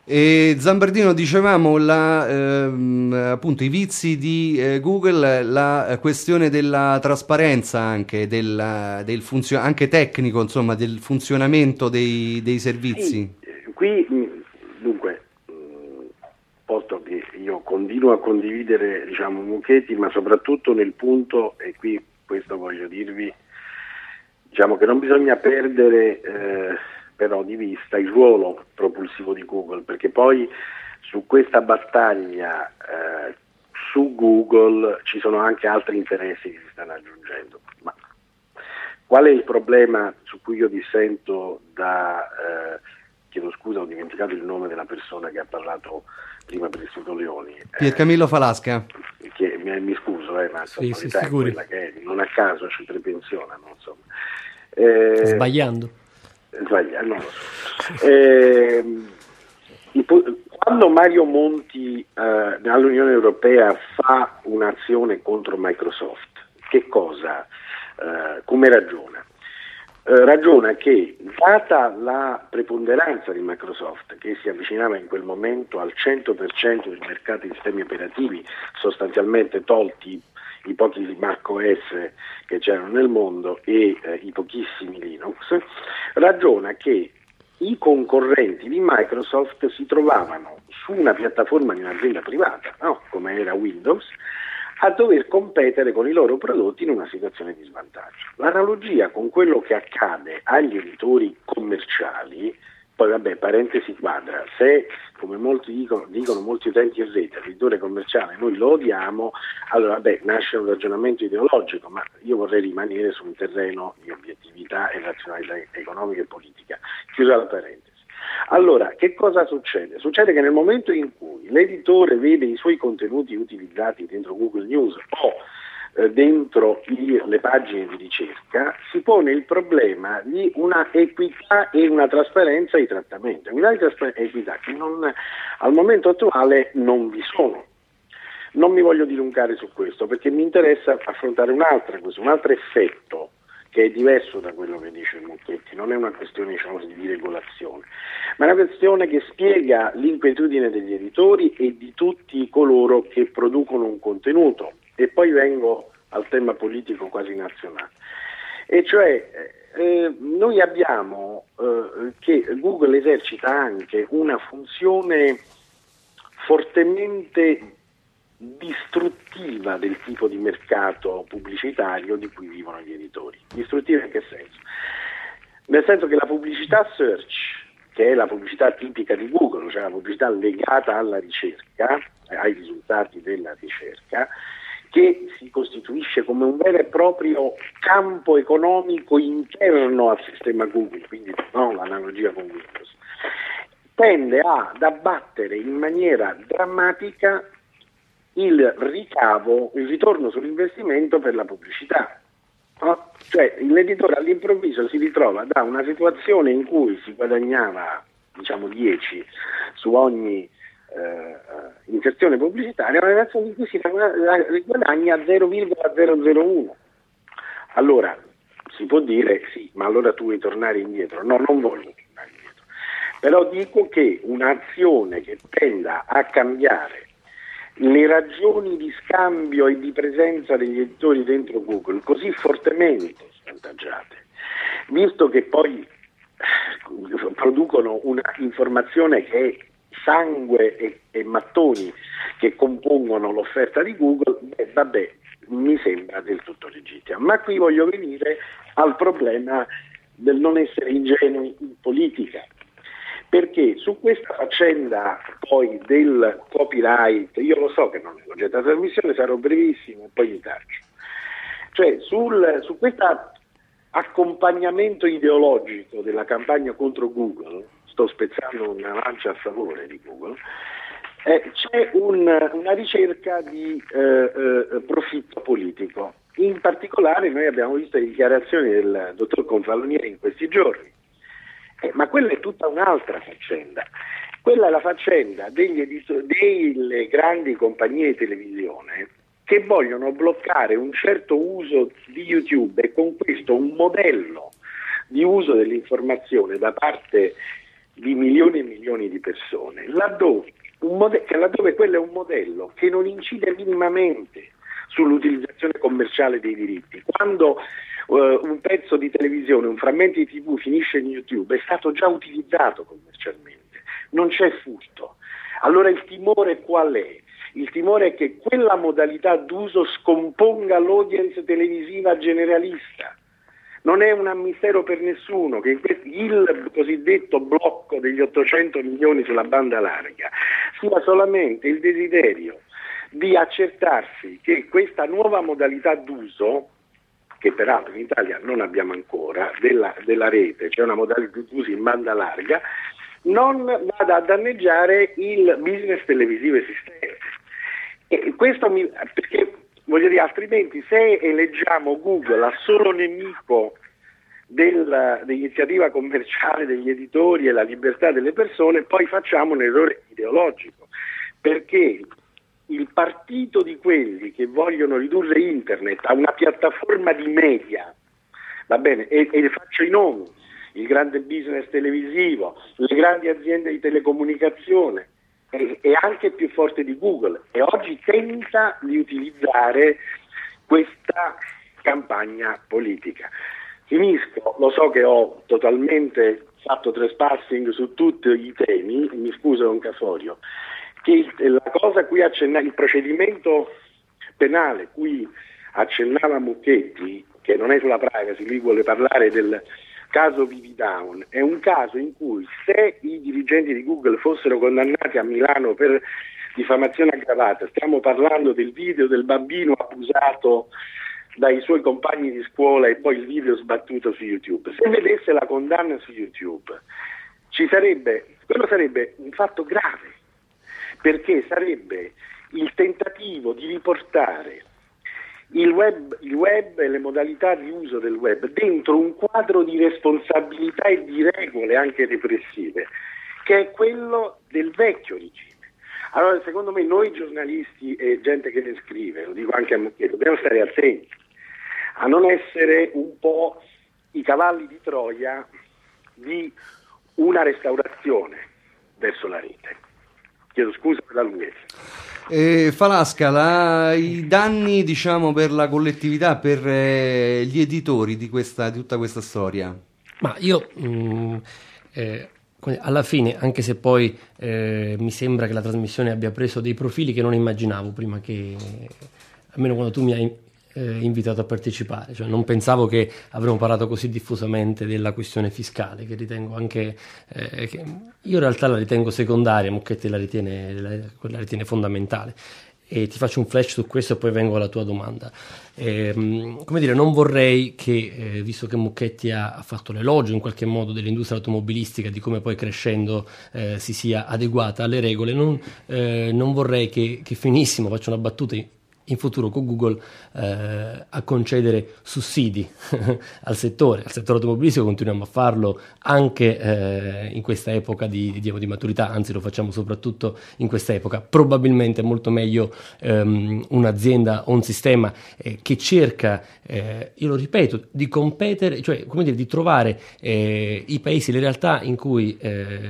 E Zambardino, dicevamo appunto i vizi di Google, la questione della trasparenza anche, anche tecnico, insomma, del funzionamento dei Sì, servizi. qui dunque, posto che io continuo a condividere, diciamo, Mucchetti, ma soprattutto nel punto, e qui questo voglio dirvi, diciamo che non bisogna perdere però di vista il ruolo propulsivo di Google, perché poi su questa battaglia su Google ci sono anche altri interessi che si stanno aggiungendo. Ma qual è il problema su cui io dissento chiedo scusa, ho dimenticato il nome della persona che ha parlato prima per Istituto Leoni. Piercamillo Falasca. Mi scuso, ma Sì, insomma, sì, l'età è figuri. quella che è, non a caso ci prepensionano, insomma. Sbagliando. Non lo so. Quando Mario Monti all'Unione Europea fa un'azione contro Microsoft, come ragiona? Ragiona che, data la preponderanza di Microsoft, che si avvicinava in quel momento al 100% del mercato di sistemi operativi, sostanzialmente tolti i pochi Mac OS che c'erano nel mondo e i pochissimi Linux, ragiona che i concorrenti di Microsoft si trovavano su una piattaforma di un'azienda privata, no? Come era Windows, a dover competere con i loro prodotti in una situazione di svantaggio. L'analogia con quello che accade agli editori commerciali, poi vabbè, parentesi quadra, se come molti dicono molti utenti in rete, l'editore commerciale noi lo odiamo, allora vabbè, nasce un ragionamento ideologico, ma io vorrei rimanere su un terreno di obiettività e razionalità economica e politica. Chiusa la parentesi. Allora, che cosa succede? Succede che nel momento in cui l'editore vede i suoi contenuti utilizzati dentro Google News o dentro le pagine di ricerca, si pone il problema di una equità e una trasparenza di trattamento. Equità e equità che al momento attuale non vi sono. Non mi voglio dilungare su questo perché mi interessa affrontare un altro effetto che è diverso da quello che dice Mucchetti, non è una questione, diciamo, di regolazione, ma è una questione che spiega l'inquietudine degli editori e di tutti coloro che producono un contenuto. E poi vengo al tema politico quasi nazionale. E cioè noi abbiamo che Google esercita anche una funzione fortemente distruttiva del tipo di mercato pubblicitario di cui vivono gli editori. Distruttiva in che senso? Nel senso che la pubblicità search, che è la pubblicità tipica di Google, cioè la pubblicità legata alla ricerca, ai risultati della ricerca, che si costituisce come un vero e proprio campo economico interno al sistema Google, quindi no, l'analogia con Windows, tende ad abbattere in maniera drammatica il ritorno sull'investimento per la pubblicità. No? Cioè l'editore all'improvviso si ritrova da una situazione in cui si guadagnava, diciamo, 10 su ogni inserzione pubblicitaria, una relazione in cui si guadagna 0,001. Allora si può dire sì, ma allora tu vuoi tornare indietro? No, non voglio tornare indietro, però dico che un'azione che tenda a cambiare le ragioni di scambio e di presenza degli editori dentro Google così fortemente svantaggiate, visto che poi producono una informazione che è sangue e mattoni che compongono l'offerta di Google, vabbè, mi sembra del tutto legittima. Ma qui voglio venire al problema del non essere ingenui in politica, perché su questa faccenda poi del copyright, io lo so che non è oggetto della trasmissione, sarò brevissimo e poi mi taccio. Cioè su questo accompagnamento ideologico della campagna contro Google, sto spezzando una lancia a favore di Google, c'è una ricerca di profitto politico. In particolare noi abbiamo visto le dichiarazioni del dottor Confalonieri in questi giorni, ma quella è tutta un'altra faccenda. Quella è la faccenda delle grandi compagnie di televisione che vogliono bloccare un certo uso di YouTube e con questo un modello di uso dell'informazione da parte di milioni e milioni di persone, laddove quello è un modello che non incide minimamente sull'utilizzazione commerciale dei diritti. Quando un pezzo di televisione, un frammento di TV finisce in YouTube, è stato già utilizzato commercialmente, non c'è furto. Allora il timore qual è? Il timore è che quella modalità d'uso scomponga l'audience televisiva generalista. Non è un mistero per nessuno che il cosiddetto blocco degli 800 milioni sulla banda larga sia solamente il desiderio di accertarsi che questa nuova modalità d'uso, che peraltro in Italia non abbiamo ancora, della rete, cioè una modalità d'uso in banda larga, non vada a danneggiare il business televisivo esistente. E questo perché, voglio dire, altrimenti se eleggiamo Google a solo nemico dell'iniziativa commerciale degli editori e la libertà delle persone, poi facciamo un errore ideologico, perché il partito di quelli che vogliono ridurre internet a una piattaforma di media, va bene, e faccio i nomi, il grande business televisivo, le grandi aziende di telecomunicazione, è anche più forte di Google, e oggi tenta di utilizzare questa campagna politica. Finisco, lo so che ho totalmente fatto trespassing su tutti i temi, mi scuso Don Caforio, che la cosa cui il procedimento penale cui accennava Mucchetti, che non è sulla privacy, lui vuole parlare del caso Vividown, è un caso in cui se i dirigenti di Google fossero condannati a Milano per diffamazione aggravata, stiamo parlando del video del bambino abusato dai suoi compagni di scuola e poi il video sbattuto su YouTube, se vedesse la condanna su YouTube quello sarebbe un fatto grave, perché sarebbe il tentativo di riportare il web e le modalità di uso del web dentro un quadro di responsabilità e di regole anche repressive, che è quello del vecchio regime. Allora, secondo me, noi giornalisti e gente che ne scrive, lo dico anche a Mucchetti, dobbiamo stare attenti a non essere un po' i cavalli di Troia di una restaurazione verso la rete. Chiedo scusa per la lunghezza. Falasca, i danni, diciamo, per la collettività, per gli editori di tutta questa storia? Ma io alla fine, anche se poi mi sembra che la trasmissione abbia preso dei profili che non immaginavo prima, che almeno quando tu mi hai invitato a partecipare, cioè non pensavo che avremmo parlato così diffusamente della questione fiscale, che ritengo anche che io in realtà la ritengo secondaria, Mucchetti la ritiene fondamentale, e ti faccio un flash su questo e poi vengo alla tua domanda. Come dire, non vorrei che, visto che Mucchetti ha fatto l'elogio in qualche modo dell'industria automobilistica, di come poi crescendo si sia adeguata alle regole, non vorrei che finissimo, faccio una battuta, in futuro con Google a concedere sussidi al settore automobilistico. Continuiamo a farlo anche in questa epoca di maturità, anzi lo facciamo soprattutto in questa epoca. Probabilmente è molto meglio un'azienda o un sistema che cerca, io lo ripeto, di competere, cioè come dire, di trovare i paesi, le realtà in cui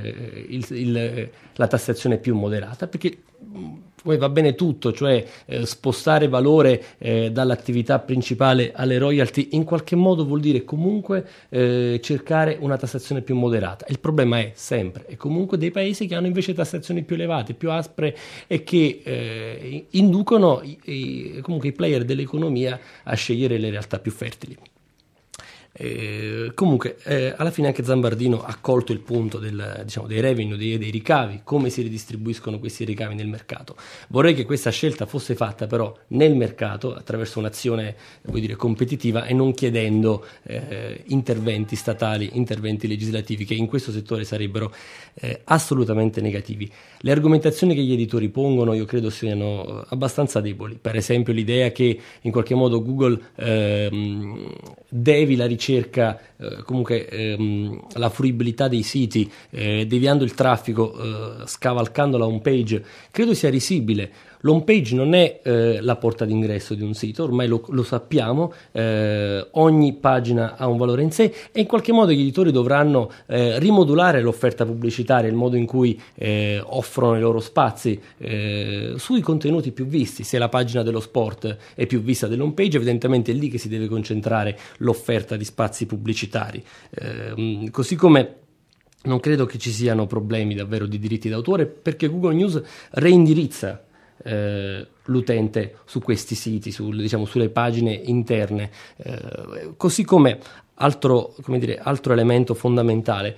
la tassazione è più moderata, perché poi va bene tutto, cioè spostare valore dall'attività principale alle royalty in qualche modo vuol dire comunque cercare una tassazione più moderata. Il problema è sempre e comunque dei paesi che hanno invece tassazioni più elevate, più aspre, e che inducono comunque i player dell'economia a scegliere le realtà più fertili. Comunque alla fine anche Zambardino ha colto il punto dei revenue, dei ricavi, come si ridistribuiscono questi ricavi nel mercato. Vorrei che questa scelta fosse fatta però nel mercato attraverso un'azione, competitiva, e non chiedendo interventi statali, interventi legislativi che in questo settore sarebbero assolutamente negativi. Le argomentazioni che gli editori pongono io credo siano abbastanza deboli. Per esempio l'idea che in qualche modo Google devi la ricerca ricerca, comunque la fruibilità dei siti, deviando il traffico, scavalcando la home page, credo sia risibile. L'home page non è la porta d'ingresso di un sito, ormai lo sappiamo, ogni pagina ha un valore in sé e in qualche modo gli editori dovranno rimodulare l'offerta pubblicitaria, il modo in cui offrono i loro spazi sui contenuti più visti. Se la pagina dello sport è più vista dell'home page, evidentemente è lì che si deve concentrare l'offerta di spazi pubblicitari, così come non credo che ci siano problemi davvero di diritti d'autore, perché Google News reindirizza l'utente su questi siti, sulle pagine interne, così come altro elemento fondamentale,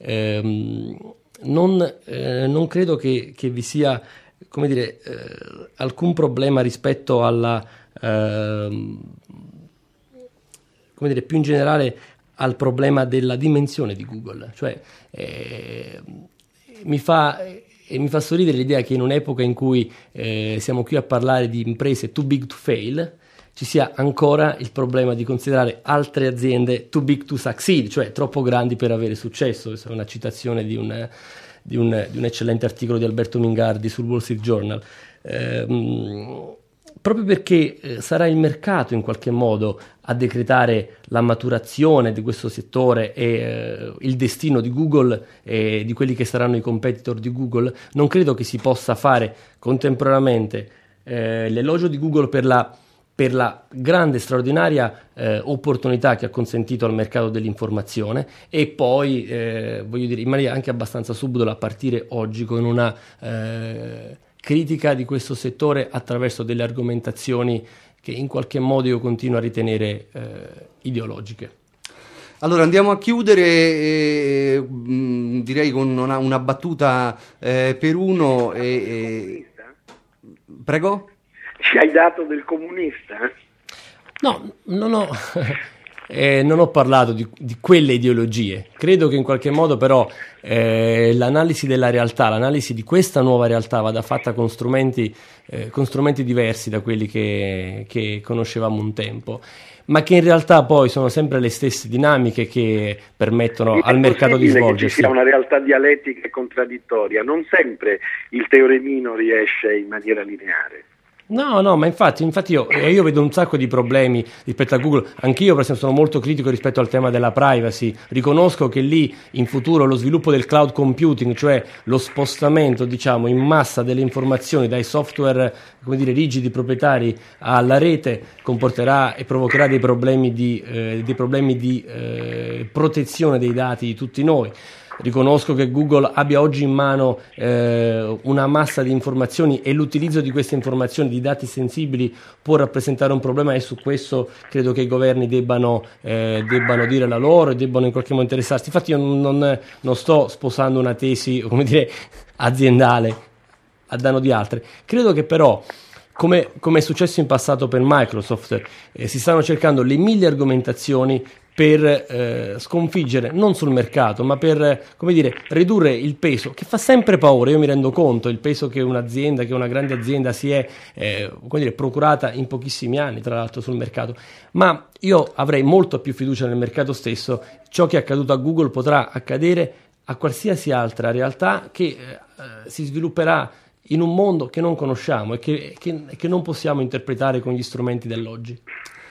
non credo che vi sia alcun problema rispetto alla più in generale al problema della dimensione di Google, cioè mi fa sorridere l'idea che in un'epoca in cui siamo qui a parlare di imprese too big to fail, ci sia ancora il problema di considerare altre aziende too big to succeed, cioè troppo grandi per avere successo. Questa è una citazione di un eccellente articolo di Alberto Mingardi sul Wall Street Journal. Proprio perché sarà il mercato in qualche modo a decretare la maturazione di questo settore e il destino di Google e di quelli che saranno i competitor di Google, non credo che si possa fare contemporaneamente l'elogio di Google per la grande, straordinaria opportunità che ha consentito al mercato dell'informazione e poi, in maniera anche abbastanza subdola, a partire oggi con una critica di questo settore attraverso delle argomentazioni che in qualche modo io continuo a ritenere ideologiche. Allora andiamo a chiudere, direi con una battuta per uno. Prego? Ci hai dato del comunista? No, non ho parlato di quelle ideologie. Credo che in qualche modo però l'analisi della realtà, l'analisi di questa nuova realtà vada fatta con strumenti diversi da quelli che conoscevamo un tempo, ma che in realtà poi sono sempre le stesse dinamiche che permettono al mercato di svolgersi. Che ci sia una realtà dialettica e contraddittoria, non sempre il teoremino riesce in maniera lineare. No, ma infatti io vedo un sacco di problemi rispetto a Google. Anch'io per esempio sono molto critico rispetto al tema della privacy. Riconosco che lì in futuro lo sviluppo del cloud computing, cioè lo spostamento in massa delle informazioni dai software rigidi proprietari alla rete, comporterà e provocherà dei problemi di protezione dei dati di tutti noi. Riconosco che Google abbia oggi in mano una massa di informazioni e l'utilizzo di queste informazioni, di dati sensibili, può rappresentare un problema e su questo credo che i governi debbano dire la loro e debbano in qualche modo interessarsi. Infatti io non sto sposando una tesi aziendale a danno di altre. Credo che però, come è successo in passato per Microsoft, si stanno cercando le mille argomentazioni per sconfiggere non sul mercato, ma per ridurre il peso che fa sempre paura. Io mi rendo conto il peso che una grande azienda si è procurata in pochissimi anni, tra l'altro, sul mercato, ma io avrei molto più fiducia nel mercato stesso. Ciò che è accaduto a Google potrà accadere a qualsiasi altra realtà che si svilupperà in un mondo che non conosciamo e che non possiamo interpretare con gli strumenti dell'oggi.